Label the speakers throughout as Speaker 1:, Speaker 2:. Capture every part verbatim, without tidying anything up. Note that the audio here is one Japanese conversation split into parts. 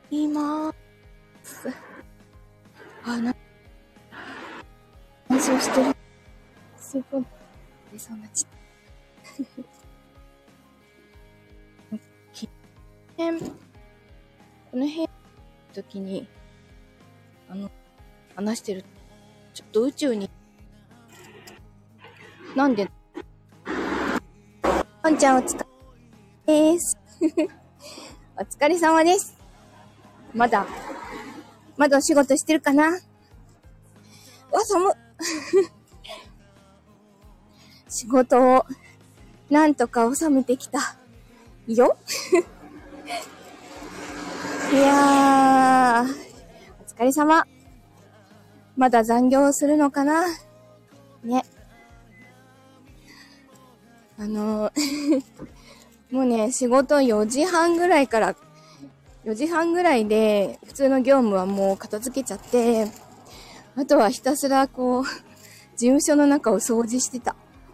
Speaker 1: います。あ、な、話をしてる。すごい。で、そんなち、この辺、の時に、あの、話してる、ちょっと宇宙に、なんで、あんちゃんお疲れです。お疲れ様です。まだ、まだお仕事してるかな？わ、寒っ。仕事を、なんとか収めてきた。よいやー、お疲れ様。まだ残業するのかなね。あのー、もうね、仕事よじはんぐらいから、よじはんぐらいで、普通の業務はもう片付けちゃって、あとはひたすらこう、事務所の中を掃除してた。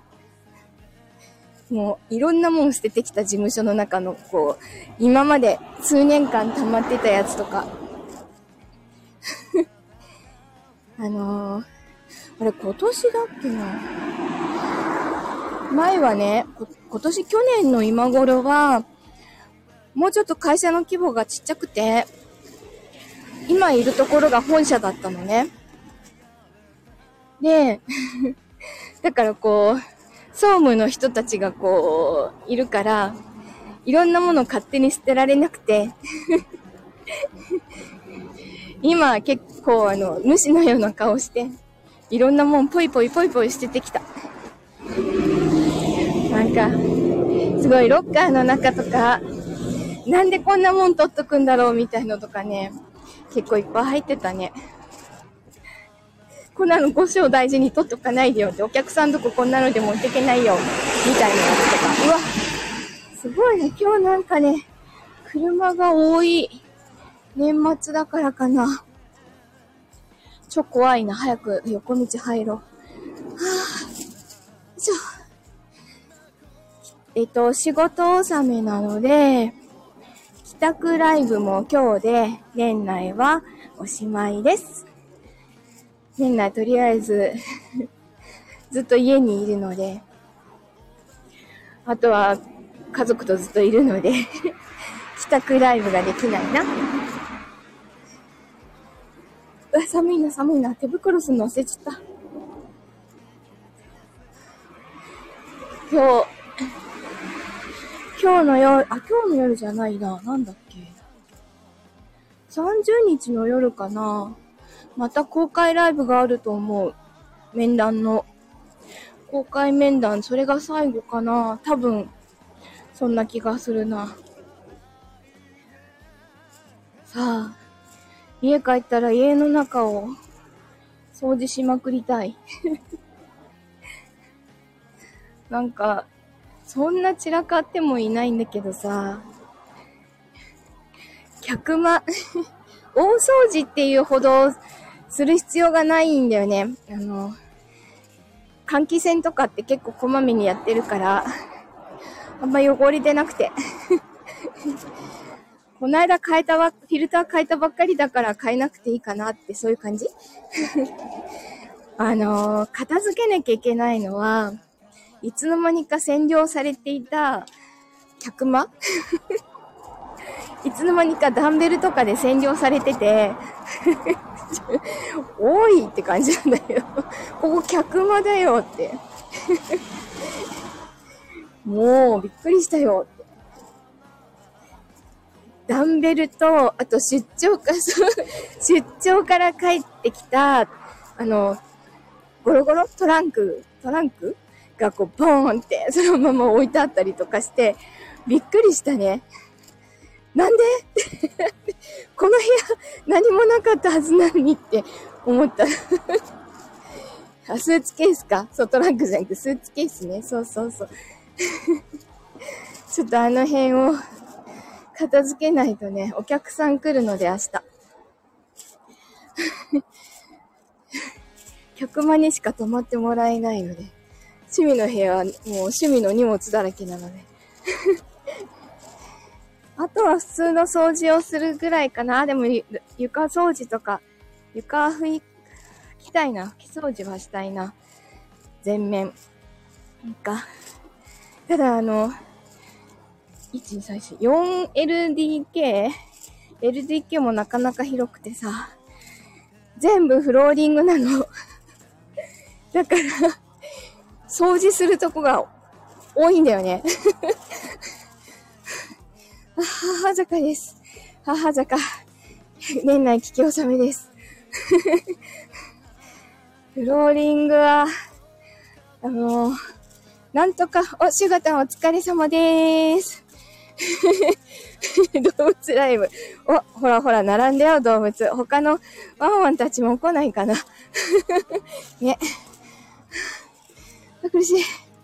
Speaker 1: もういろんなもん捨ててきた事務所の中のこう、今まで数年間溜まってたやつとか。あのー、あれ今年だっけな。前はね、今年去年の今頃は、もうちょっと会社の規模がちっちゃくて、今いるところが本社だったのね。で、だからこう、総務の人たちがこう、いるから、いろんなもの勝手に捨てられなくて、今結構あの、主のような顔して、いろんなもんポイポイポイポイ捨ててきた。なんか、すごいロッカーの中とか、なんでこんなもん取っとくんだろうみたいのとかね、結構いっぱい入ってたね。こんなのご章大事に取っとかないでよって、お客さんとここんなので持ってけないよ、みたいなやつとか。うわ、すごいね、今日なんかね、車が多い。年末だからかな。ちょ、怖いな、早く横道入ろう。はぁ、よいしょ。えっと、仕事納めなので、帰宅ライブも今日で、年内はおしまいです。年内とりあえずずっと家にいるので、あとは家族とずっといるので帰宅ライブができないな。うわ、寒いな寒いな。手袋するの忘れちゃった。今日今日の夜、あ、今日の夜じゃないな。なんだっけ。さんじゅうにちの夜かな。また公開ライブがあると思う。面談の。公開面談、それが最後かな。多分、そんな気がするな。さあ、家帰ったら家の中を掃除しまくりたい。なんか、そんな散らかってもいないんだけどさ、客間、大掃除っていうほどする必要がないんだよね。あの、換気扇とかって結構こまめにやってるから、あんま汚れてなくて。この間変えたば、フィルター変えたばっかりだから変えなくていいかなって、そういう感じあのー、片付けなきゃいけないのは、いつの間にか占領されていた客間いつの間にかダンベルとかで占領されてて多いって感じなんだよここ客間だよってもうびっくりしたよって。ダンベルと、あと出張か、出張から帰ってきた、あの、ゴロゴロトランク、トランクがこう、ボーンって、そのまま置いてあったりとかして、びっくりしたね。なんでこの部屋、何もなかったはずなのにって思った。あ、スーツケースか？そう、トランクじゃなくてスーツケースね。そうそうそう。ちょっとあの辺を片付けないとね、お客さん来るので明日。客間にしか泊まってもらえないので、趣味の部屋はもう趣味の荷物だらけなので。ああとは普通の掃除をするぐらいかな。でも床掃除とか、床拭きたいな。拭き掃除はしたいな。全面。なんか。ただあの、いち、に、さん、よん、よんエルディーケー? エルディーケー もなかなか広くてさ、全部フローリングなの。だから、掃除するとこが多いんだよね。母坂です。母坂。年内聞き納めです。フローリングは、あの、なんとか、お、シュガタンお疲れ様でーす。動物ライブ。お、ほらほら、並んだよ、動物。他のワンワンたちも来ないかな。ね。苦しい。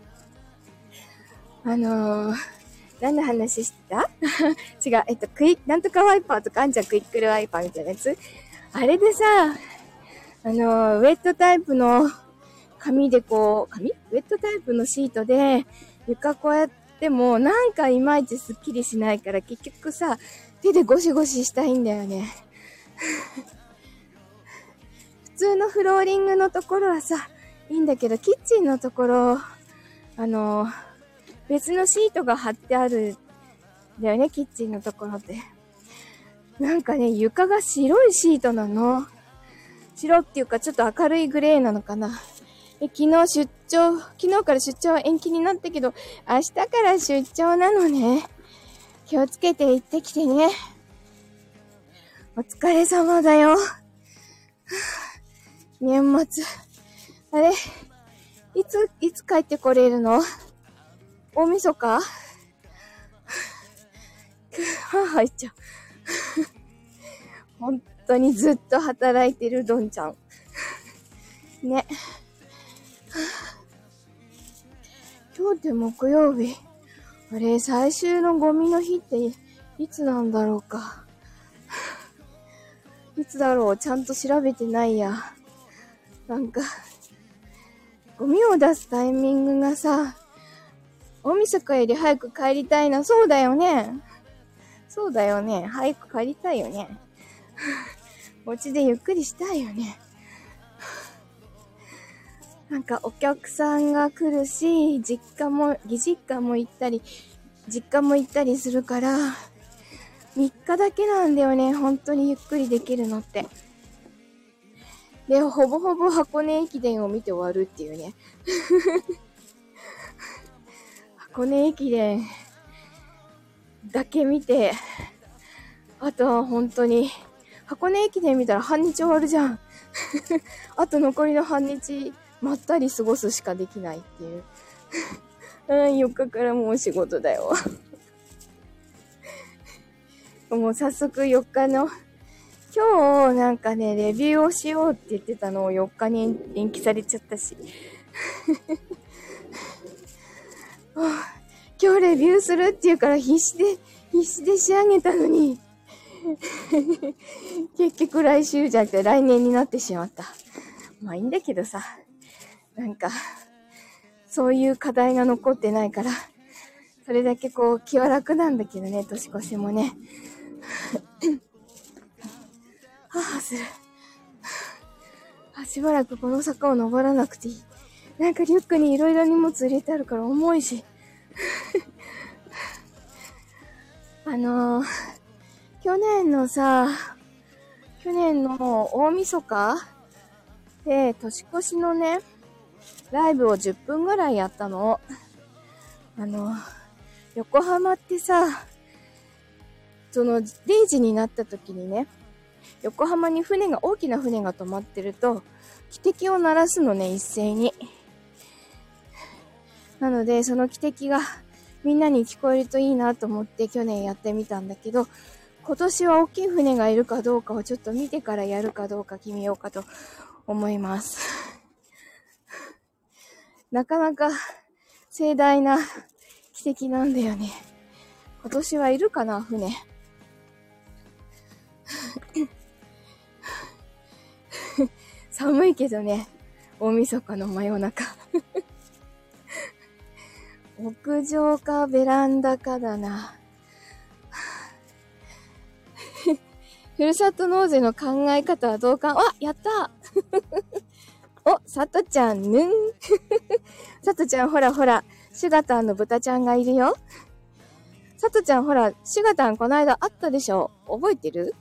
Speaker 1: あのー、何の話してた違う、えっと、クイッ、なんとかワイパーとかあんじゃん、クイックルワイパーみたいなやつ。あれでさ、あのー、ウェットタイプの紙でこう、紙ウェットタイプのシートで床こうやってもなんかいまいちスッキリしないから結局さ、手でゴシゴシしたいんだよね。普通のフローリングのところはさ、いいんだけど、キッチンのところ、あのー、別のシートが貼ってあるんだよね、キッチンのところって。なんかね、床が白いシートなの。白っていうかちょっと明るいグレーなのかな。え、昨日出張、昨日から出張は延期になったけど、明日から出張なのね。気をつけて行ってきてね。お疲れ様だよ。年末。あれいつ、いつ帰ってこれるの？大晦日？はぁ、入っちゃう。本当にずっと働いてるドンちゃん。ね。今日って木曜日。あれ、最終のゴミの日っていつなんだろうか。いつだろう、ちゃんと調べてないや。なんか、ゴミを出すタイミングがさ、大晦日より早く帰りたいな。そうだよね。そうだよね。早く帰りたいよね。お家でゆっくりしたいよね。なんかお客さんが来るし、実家も、義実家も行ったり、実家も行ったりするから、みっかだけなんだよね。本当にゆっくりできるのって。で、ほぼほぼ箱根駅伝を見て終わるっていうね。箱根駅伝だけ見て、あとは本当に、箱根駅伝見たら半日終わるじゃん。あと残りの半日、まったり過ごすしかできないっていう。うん、よっかからもう仕事だよ。もう早速よっかの、今日なんかね、レビューをしようって言ってたのをよっかに延期されちゃったし。今日レビューするって言うから必死で、必死で仕上げたのに。結局来週じゃなくて来年になってしまった。まあいいんだけどさ。なんか、そういう課題が残ってないから、それだけこう気は楽なんだけどね、年越しもね。はぁする。あ、しばらくこの坂を登らなくていい。なんかリュックにいろいろ荷物入れてあるから重いし。あのー、去年のさ、去年の大晦日で年越しのね、ライブをじゅっぷんぐらいやったの。あの、横浜ってさ、そのれいじになった時にね、横浜に船が、大きな船が止まってると、汽笛を鳴らすのね、一斉に。なので、その汽笛がみんなに聞こえるといいなと思って去年やってみたんだけど、今年は大きい船がいるかどうかをちょっと見てからやるかどうか決めようかと思います。なかなか盛大な汽笛なんだよね。今年はいるかな、船。寒いけどね、大晦日の真夜中。屋上かベランダかだな。 ふるさと納税の考え方はどうか、あ、やったお、さとちゃん、ぬん。さとちゃん、ほらほら、シュガタンの豚ちゃんがいるよ。さとちゃん、ほら、シュガタンこの間会ったでしょ。覚えてる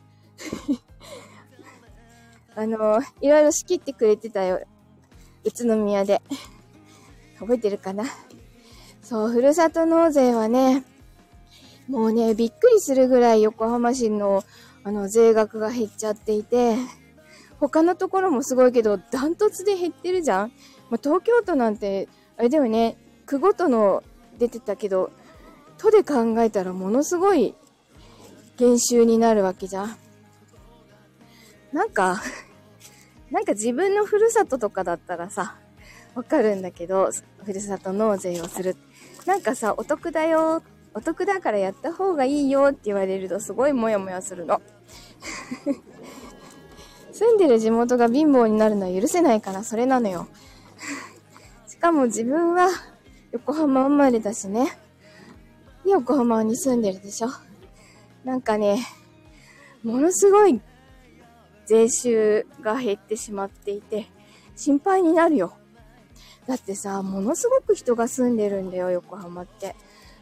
Speaker 1: あの、いろいろ仕切ってくれてたよ。宇都宮で。覚えてるかな。そう、ふるさと納税はね、もうね、びっくりするぐらい横浜市の、あの、税額が減っちゃっていて、他のところもすごいけど、ダントツで減ってるじゃん。まあ、東京都なんて、あれだよね、区ごとの出てたけど、都で考えたらものすごい減収になるわけじゃん。なんか、なんか自分のふるさととかだったらさ、わかるんだけど、ふるさと納税をする。なんかさ、お得だよ、お得だからやった方がいいよって言われるとすごいモヤモヤするの。住んでる地元が貧乏になるのは許せないからそれなのよ。しかも自分は横浜生まれだしね。横浜に住んでるでしょ。なんかね、ものすごい税収が減ってしまっていて心配になるよ。だってさ、ものすごく人が住んでるんだよ、横浜って。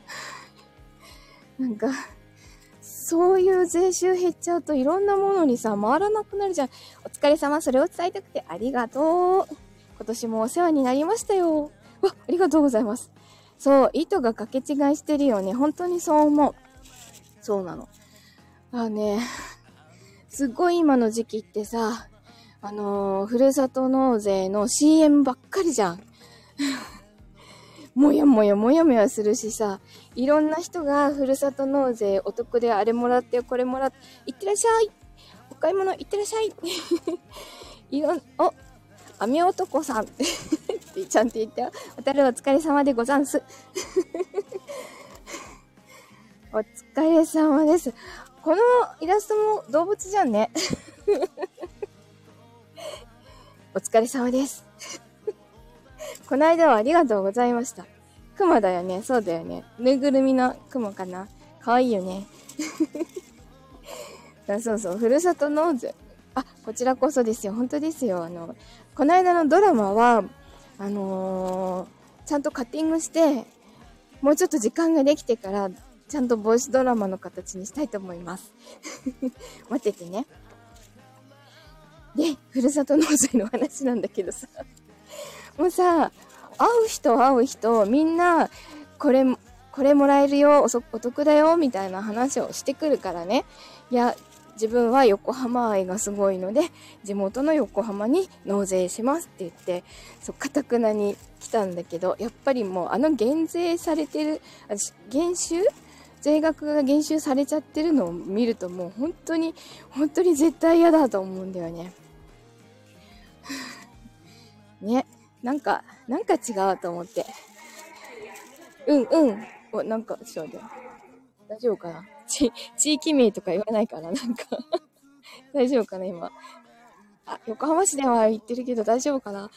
Speaker 1: なんか、そういう税収減っちゃうといろんなものにさ、回らなくなるじゃん。お疲れ様、それを伝えたくてありがとう。今年もお世話になりましたよ。わ、ありがとうございます。そう、糸が掛け違いしてるよね。本当にそう思う。そうなの。あね、すっごい今の時期ってさ、あのー、ふるさと納税の シーエム ばっかりじゃん。もやもやもやもやするしさ、いろんな人がふるさと納税お得であれもらってこれもらって、いってらっしゃい、お買い物いってらっしゃいいろん、お、雨男さんってちゃんと言ったよ。おたるお疲れ様でござんすお疲れ様です。このイラストも動物じゃんねお疲れ様ですこの間はありがとうございました。クマだよね。そうだよね。ぬいぐるみのクマかな。かわいいよね。そうそう。ふるさと納税。あ、こちらこそですよ。本当ですよ。あの、この間のドラマは、あのー、ちゃんとカッティングして、もうちょっと時間ができてから、ちゃんとボイスドラマの形にしたいと思います。待っててね。で、ふるさと納税の話なんだけどさ。もうさ、会う人会う人、みんな、これ、これもらえるよ、おそ、お得だよ、みたいな話をしてくるからね。いや、自分は横浜愛がすごいので、地元の横浜に納税しますって言って、そう、かたくなに来たんだけど、やっぱりもうあの減税されてる、私、減収税額が減収されちゃってるのを見るともう本当に、本当に絶対嫌だと思うんだよね。ね。なんか、なんか違うと思って。うんうん。お、なんか、ちょっと待って。大丈夫かなち、地域名とか言わないかななんか大丈夫かな今。あ、横浜市では言ってるけど大丈夫かな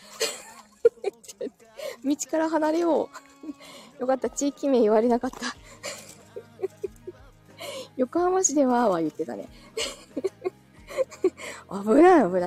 Speaker 1: 道から離れよう。よかった。地域名言われなかった。横浜市ではは言ってたね。危ない危ない。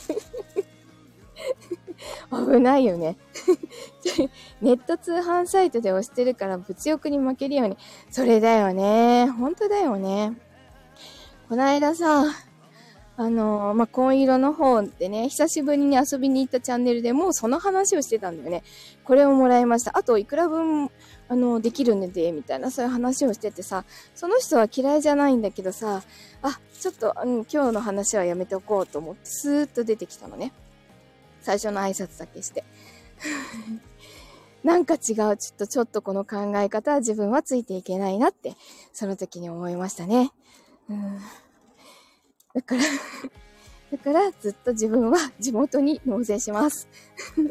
Speaker 1: 危ないよね。ネット通販サイトで押してるから物欲に負けるように。それだよね。本当だよね。この間さ、あのー、まあ、紺色の方でね、久しぶりに遊びに行ったチャンネルでもうその話をしてたんだよね。これをもらいました。あといくら分、あのー、できるんで、みたいなそういう話をしててさ、その人は嫌いじゃないんだけどさ、あ、ちょっと、うん、今日の話はやめておこうと思ってスーッと出てきたのね。最初の挨拶だけして。なんか違う、ちょっとちょっとこの考え方は自分はついていけないなって、その時に思いましたね。うん、だから、だからずっと自分は地元に納税します。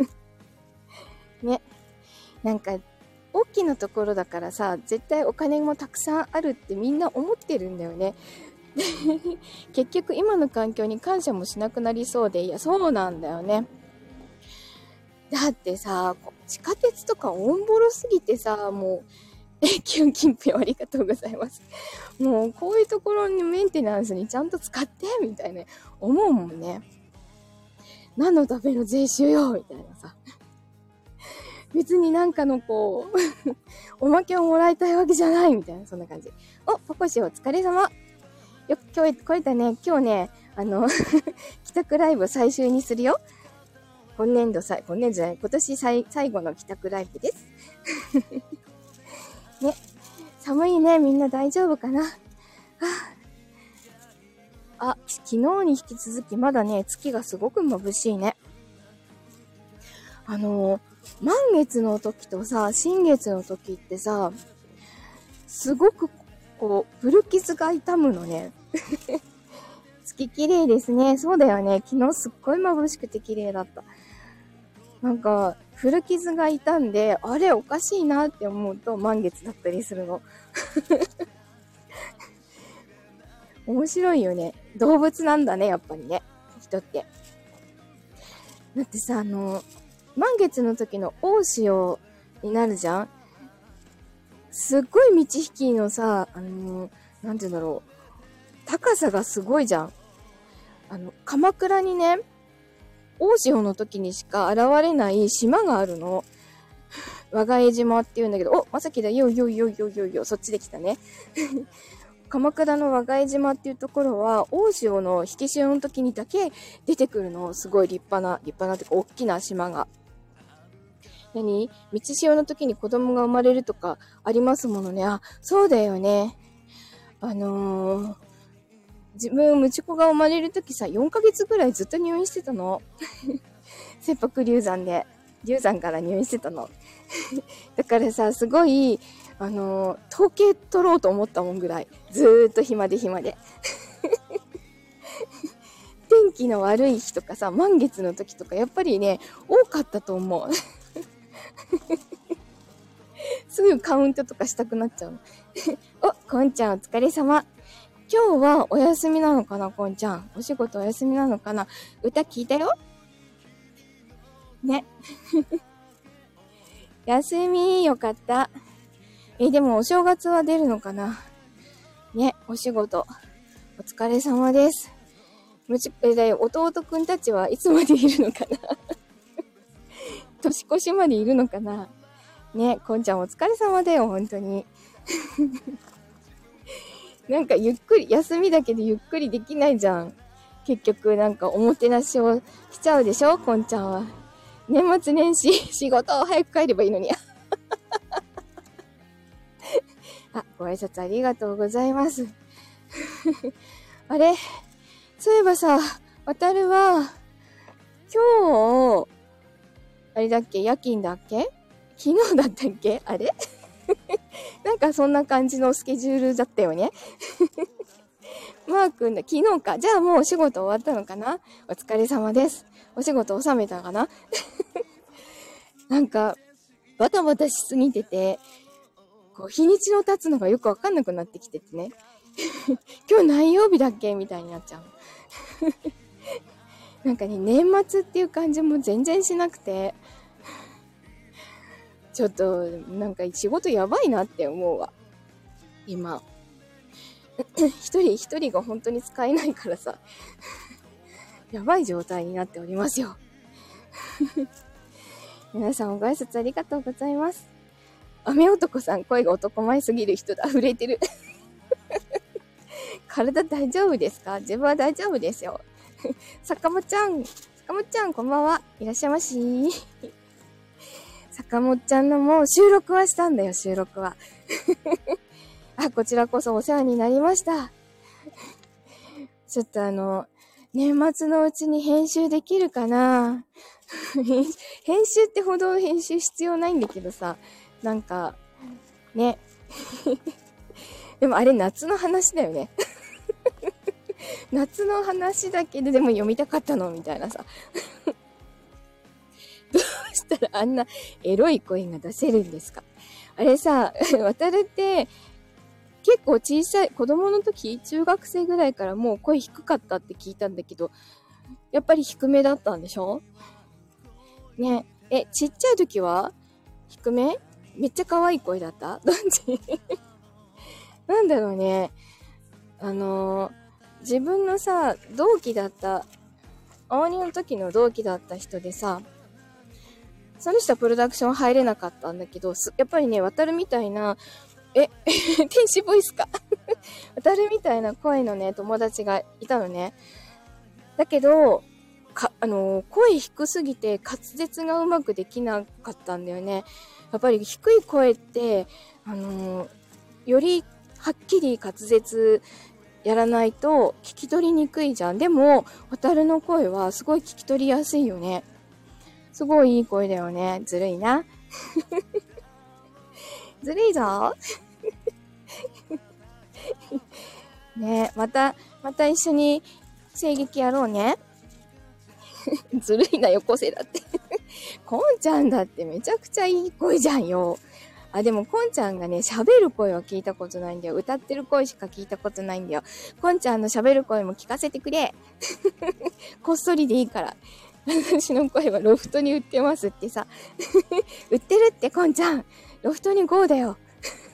Speaker 1: ね。なんか、大きなところだからさ、絶対お金もたくさんあるってみんな思ってるんだよね。結局今の環境に感謝もしなくなりそうで、いや、そうなんだよね。だってさ、地下鉄とかオンボロすぎてさ、も永久金品ありがとうございます。もうこういうところにメンテナンスにちゃんと使ってみたいな思うもんね。何のための税収よみたいなさ。別になんかのこうおまけをもらいたいわけじゃないみたいな、そんな感じ。お、ポコシお疲れ様。よく今日来れたね。今日ね、あの帰宅ライブ最終にするよ。今年度最、今年度じゃない、今年最最後の帰宅ライブです。ね、寒いね。みんな大丈夫かな。はあ、あ、昨日に引き続きまだね、月がすごく眩しいね。あのー、満月の時とさ、新月の時ってさ、すごくこう、古傷が痛むのね。月綺麗ですね。そうだよね。昨日すっごい眩しくて綺麗だった。なんか、古傷が痛んで、あれおかしいなって思うと満月だったりするの。面白いよね。動物なんだね、やっぱりね。人って。だってさ、あの、満月の時の大潮になるじゃん。すっごい満ち引きのさ、あの、なんて言うんだろう。高さがすごいじゃん。あの、鎌倉にね、大潮の時にしか現れない島があるの。和賀江島って言うんだけど、お、まさきだよよよよよよ、そっちで来たね。鎌倉の和賀江島っていうところは、大潮の引き潮の時にだけ出てくるの。すごい立派な、立派なっていうか、大きな島が。何？満ち潮の時に子供が生まれるとかありますものね。あ、そうだよね。あのー、自分、ムチ子が生まれるときさ、よんかげつぐらいずっと入院してたの。切迫流産で。流産から入院してたの。だからさ、すごい、あのー、統計取ろうと思ったもんぐらい。ずーっと暇で暇で。天気の悪い日とかさ、満月の時とか、やっぱりね、多かったと思う。すぐカウントとかしたくなっちゃうの。お、こんちゃんお疲れ様。今日はお休みなのかな、こんちゃん。お仕事お休みなのかな。歌聞いたよね。休みよかった。え、でもお正月は出るのかなね、お仕事。お疲れ様です。むち、え、だよ、弟くんたちはいつまでいるのかな年越しまでいるのかなね、こんちゃんお疲れ様だよ、本当に。なんかゆっくり、休みだけでゆっくりできないじゃん。結局なんかおもてなしをしちゃうでしょ、こんちゃんは。年末年始、仕事を早く帰ればいいのに。あ、ご挨拶ありがとうございます。あれ？そういえばさ、渡るは、今日、あれだっけ？夜勤だっけ？昨日だったっけ？あれなんかそんな感じのスケジュールだったよね。マー君だ、昨日か。じゃあもうお仕事終わったのかな？お疲れ様です。お仕事収めたかな？なんか、バタバタしすぎてて、こう、日にちの経つのがよくわかんなくなってきててね。今日何曜日だっけみたいになっちゃう。なんかね、年末っていう感じも全然しなくて、ちょっと、なんか仕事やばいなって思うわ。今。一人一人が本当に使えないからさ。やばい状態になっておりますよ。皆さんおご挨拶ありがとうございます。雨男さん、声が男前すぎる人だ。震えてる。体大丈夫ですか？自分は大丈夫ですよ。坂本ちゃん、坂本ちゃんこんばんは。いらっしゃいまし。坂本ちゃんのもう収録はしたんだよ、収録は。あ、こちらこそお世話になりました。ちょっとあの、年末のうちに編集できるかな？編集ってほど編集必要ないんだけどさ、なんか、ね。でもあれ夏の話だよね。夏の話だけででも読みたかったのみたいなさ。どうしたらあんなエロい声が出せるんですか？あれさ、渡るって結構小さい子供の時、中学生ぐらいからもう声低かったって聞いたんだけど、やっぱり低めだったんでしょ？ね。え、ちっちゃい時は低め？ めっちゃ可愛い声だったどっちなんだろうね。あのー、自分のさ、同期だった、青鬼の時の同期だった人でさ、その人はプロダクション入れなかったんだけど、やっぱりね、渡るみたいな、え、天使ボイスか渡るみたいな声のね、友達がいたのね。だけど、か、あのー、声低すぎて滑舌がうまくできなかったんだよね。やっぱり低い声って、あのー、よりはっきり滑舌やらないと聞き取りにくいじゃん。でも、渡るの声はすごい聞き取りやすいよね。すごいいい声だよね。ずるいな。ずるいぞ。ねえ、また、また一緒に声劇やろうね。ずるいなよ、個性だって。こんちゃんだってめちゃくちゃいい声じゃんよ。あ、でもこんちゃんがね、喋る声は聞いたことないんだよ。歌ってる声しか聞いたことないんだよ。こんちゃんの喋る声も聞かせてくれ。こっそりでいいから。私の声はロフトに売ってますってさ。売ってるってこんちゃん。ロフトに ゴー だよ。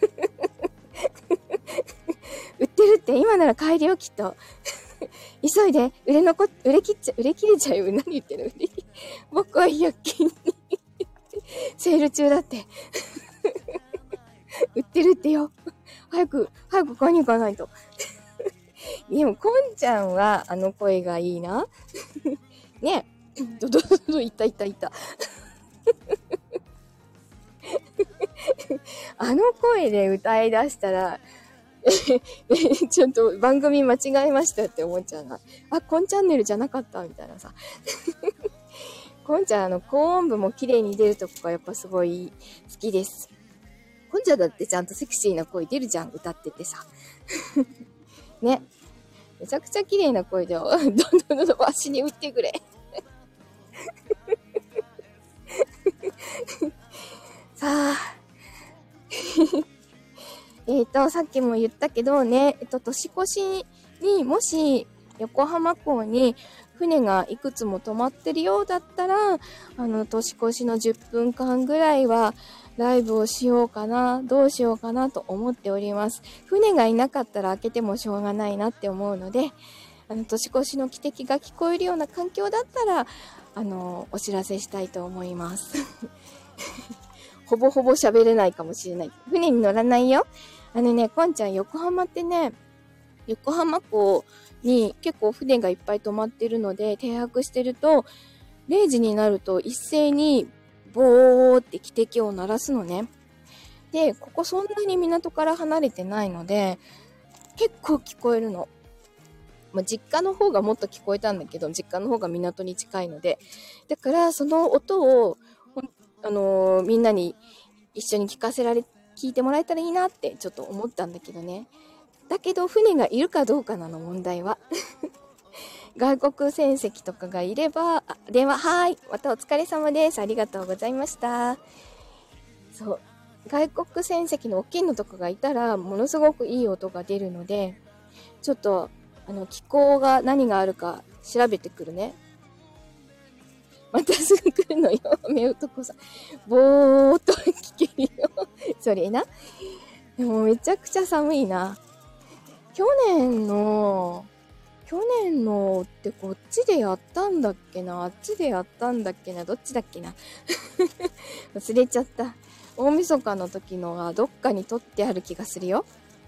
Speaker 1: 売ってるって今なら買えるよきっと。急いで売れ残っ、売れ切っちゃ、売れ切れちゃうよ。何言ってる売れ僕はひゃく均にセール中だって。売ってるってよ。早く、早く買いに行かないと。でも、こんちゃんは、あの声がいいな。ねえ。どどどど、いったいったいった。あの声で歌い出したら、ちょっと番組間違えましたって思っちゃうな。あ、こんチャンネルじゃなかったみたいなさ。こんちゃん、あの、高音部も綺麗に出るとこがやっぱすごい好きです。こんちゃんだってちゃんとセクシーな声出るじゃん、歌っててさ。ね。めちゃくちゃ綺麗な声で、どんどんどんどんわしに打ってくれ。さあ。えっと、さっきも言ったけどね、えっと、年越しにもし横浜港に船がいくつも止まってるようだったら、あの、年越しのじゅっぷんかんぐらいはライブをしようかな、どうしようかなと思っております。船がいなかったら開けてもしょうがないなって思うので、あの、年越しの汽笛が聞こえるような環境だったら、あの、お知らせしたいと思います。ほぼほぼ喋れないかもしれない。船に乗らないよ。あのね、こんちゃん、横浜ってね、横浜港に結構船がいっぱい止まってるので、停泊してると、れいじになると一斉に、ボーって汽笛を鳴らすのね。で、ここそんなに港から離れてないので、結構聞こえるの。まあ、実家の方がもっと聞こえたんだけど、実家の方が港に近いので。だから、その音を、あのー、みんなに一緒に聞かせられ、聞いてもらえたらいいなってちょっと思ったんだけどね。だけど、船がいるかどうかなの問題は。外国船籍とかがいれば、あ、電話、はーい。またお疲れ様です。ありがとうございました。そう。外国船籍の大きいのとかがいたら、ものすごくいい音が出るので、ちょっと、あの、気候が何があるか調べてくるね。またすぐ来るのよ、目男さん。ぼーっと聞けるよ。それな。でもめちゃくちゃ寒いな。去年の、去年のってこっちでやったんだっけな、あっちでやったんだっけな、どっちだっけな。忘れちゃった。大晦日の時のはどっかに撮ってある気がするよ。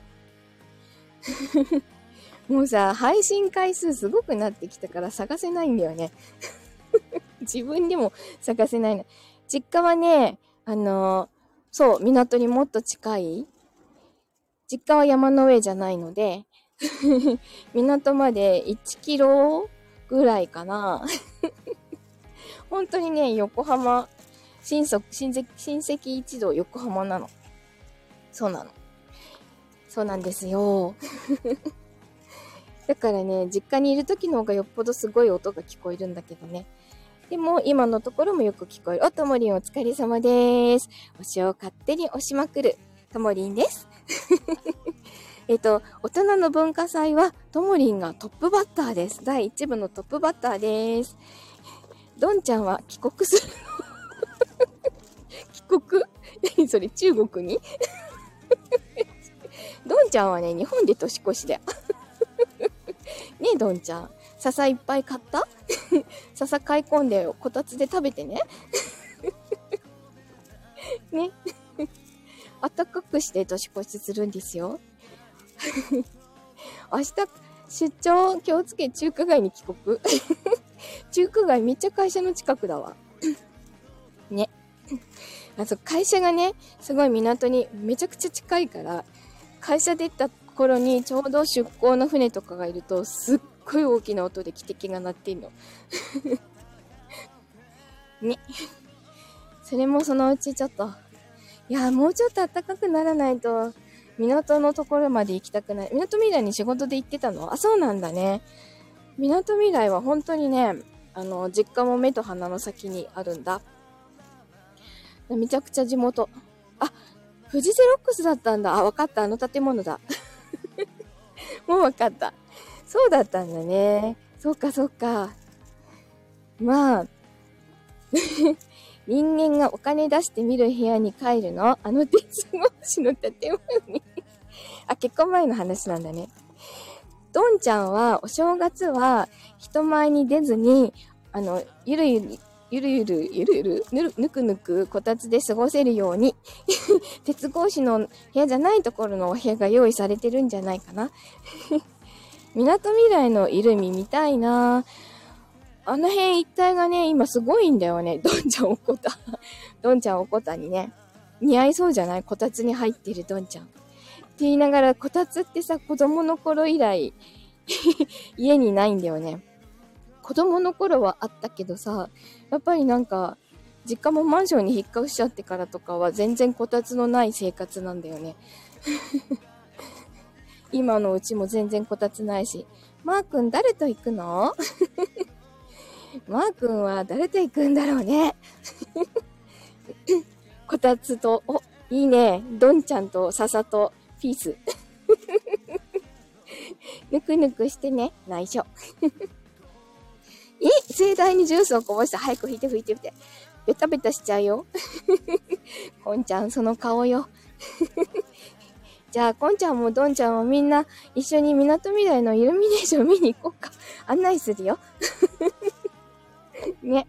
Speaker 1: もうさ、配信回数すごくなってきたから探せないんだよね。自分でも探せないの。実家はね、あのー、そう、港にもっと近い。実家は山の上じゃないので、港までいちキロぐらいかな。本当にね、横浜、親族、親戚、親戚一同横浜なの。そうなの。そうなんですよ。だからね、実家にいる時の方がよっぽどすごい音が聞こえるんだけどね。でも、今のところもよく聞こえる。お、ともりんお疲れ様です。星を勝手に押しまくる。ともりんです。えっと、大人の文化祭は、ともりんがトップバッターです。だいいち部のトップバッターです。どんちゃんは帰国するの帰国それ中国にどんちゃんはね、日本で年越しだよ。ねえ、どんちゃん。笹いっぱい買った笹買い込んで、こたつで食べてね。ね。あったかくして年越しするんですよ。明日、出張気をつけ中華街に帰国。中華街めっちゃ会社の近くだわ。ね。あと会社がね、すごい港にめちゃくちゃ近いから、会社出た頃にちょうど出港の船とかがいると、すっごい大きな音で汽笛が鳴ってんの。ね。それもそのうちちょっと、いや、もうちょっと暖かくならないと、港のところまで行きたくない。港未来に仕事で行ってたの？あ、そうなんだね。港未来は本当にね、あの、実家も目と鼻の先にあるんだ。めちゃくちゃ地元。あ、富士ゼロックスだったんだ。あ、わかった。あの建物だ。もうわかった。そうだったんだね。そうか、そうか。まあ、人間がお金出して見る部屋に帰るの？あの鉄格子の建物に。あ、結婚前の話なんだね。どんちゃんは、お正月は、人前に出ずに、あの、ゆるゆる、ゆるゆる、ゆるゆる、ぬる、ぬくぬく、こたつで過ごせるように、鉄格子の部屋じゃないところのお部屋が用意されてるんじゃないかな。港未来のイルミ見たいな。あの辺一帯がね、今すごいんだよね。どんちゃんおこた。どんちゃんおこたにね。似合いそうじゃない？こたつに入ってるどんちゃん。って言いながら、こたつってさ、子供の頃以来、家にないんだよね。子供の頃はあったけどさ、やっぱりなんか、実家もマンションに引っ越しちゃってからとかは全然こたつのない生活なんだよね。今のうちも全然こたつないし。マー君誰と行くの？マー君は誰と行くんだろうね。こたつと、お、いいね。どんちゃんと笹とピース。ぬくぬくしてね。内緒。え、盛大にジュースをこぼした。早く拭いて拭いて拭いて。ベタベタしちゃうよ。こんちゃん、その顔よ。じゃあ、こんちゃんもどんちゃんもみんな一緒に港未来のイルミネーション見に行こうか。案内するよ。ね。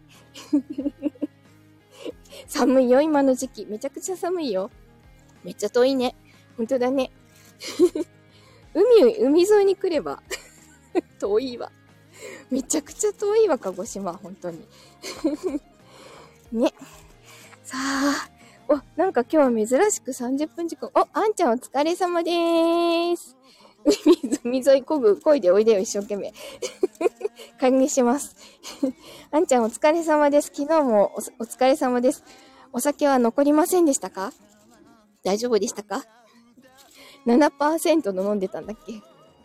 Speaker 1: 寒いよ、今の時期。めちゃくちゃ寒いよ。めっちゃ遠いね。ほんとだね。海、海沿いに来れば。遠いわ。めちゃくちゃ遠いわ、鹿児島。ほんとに。ね。さあ。お、なんか今日は珍しくさんじゅっぷん時間。お、あんちゃんお疲れ様でーす。海沿いこぐ、こいでおいでよ、一生懸命。歓迎します。あんちゃんお疲れ様です。昨日も お, お疲れ様です。お酒は残りませんでしたか？大丈夫でしたか？ ななパーセント の飲んでたんだっけ？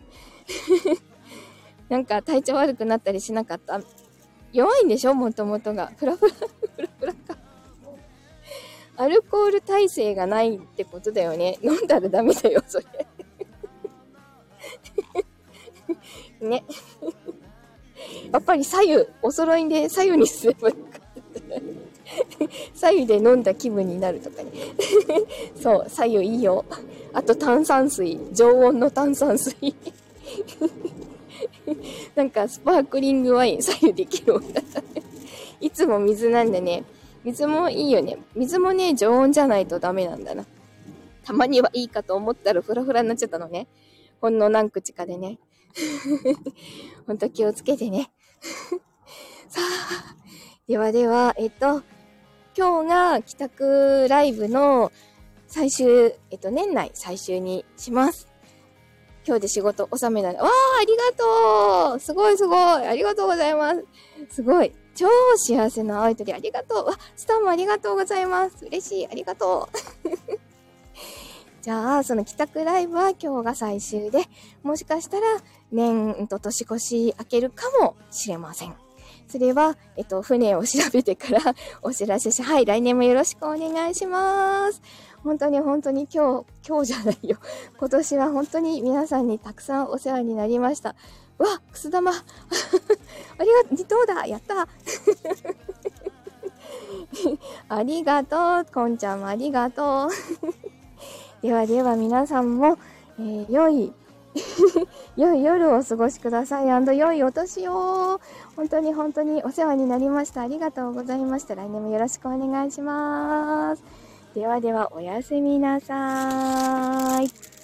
Speaker 1: なんか体調悪くなったりしなかった？弱いんでしょ？もともとが。ふらふら、ふらふらか。アルコール耐性がないってことだよね。飲んだらダメだよ、それ。ね。やっぱり左右、お揃いで左右にすればよかった。左右で飲んだ気分になるとかね。そう、左右いいよ。あと炭酸水、常温の炭酸水。なんかスパークリングワイン左右できるんだったね。いつも水なんでね。水もいいよね。水もね、常温じゃないとダメなんだな。たまにはいいかと思ったらフラフラになっちゃったのね。ほんの何口かでね。ほんと気をつけてね。さあ、ではでは、えっと、今日が帰宅ライブの最終、えっと、年内最終にします。今日で仕事納めなの。わー、ありがとう！すごいすごい！ありがとうございます。すごい。超幸せな青い鳥ありがとう。わ、スターもありがとうございます。嬉しい。ありがとう。じゃあ、その帰宅ライブは今日が最終で、もしかしたら年と年越し明けるかもしれません。それは、えっと、船を調べてからお知らせし、はい、来年もよろしくお願いします。本当に本当に今日、今日じゃないよ。今年は本当に皆さんにたくさんお世話になりました。うわ、くす玉。ありがとう、どうだやったありがとう。こんちゃんもありがとう。ではでは皆さんも、えー、良い、良い夜をお過ごしください。良いお年を。本当に本当にお世話になりました。ありがとうございました。来年もよろしくお願いします。ではではおやすみなさーい。